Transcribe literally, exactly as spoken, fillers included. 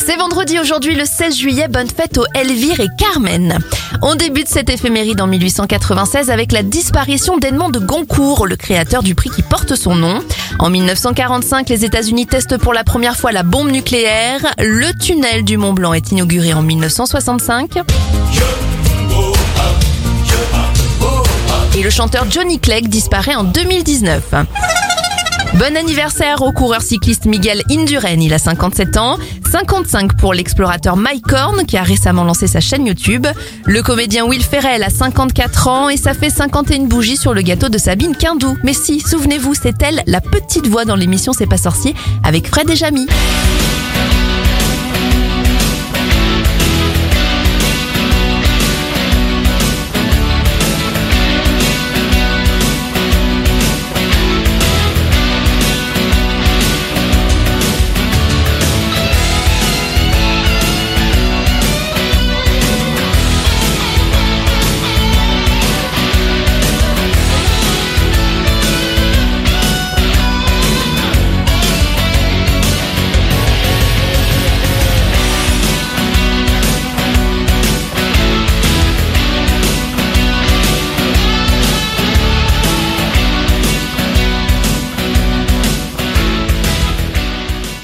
C'est vendredi aujourd'hui le seize juillet, bonne fête aux Elvire et Carmen. On débute cette éphéméride en mille huit cent quatre-vingt-seize avec la disparition d'Edmond de Goncourt, le créateur du prix qui porte son nom. En mille neuf cent quarante-cinq, les États-Unis testent pour la première fois la bombe nucléaire. Le tunnel du Mont Blanc est inauguré en mille neuf cent soixante-cinq. Et le chanteur Johnny Clegg disparaît en deux mille dix-neuf. Bon anniversaire au coureur cycliste Miguel Indurain, il a cinquante-sept ans, cinquante-cinq pour l'explorateur Mike Horn qui a récemment lancé sa chaîne YouTube. Le comédien Will Ferrell a cinquante-quatre ans et ça fait cinquante et une bougies sur le gâteau de Sabine Quindou. Mais si, souvenez-vous, c'est elle, la petite voix dans l'émission C'est pas sorcier avec Fred et Jamy.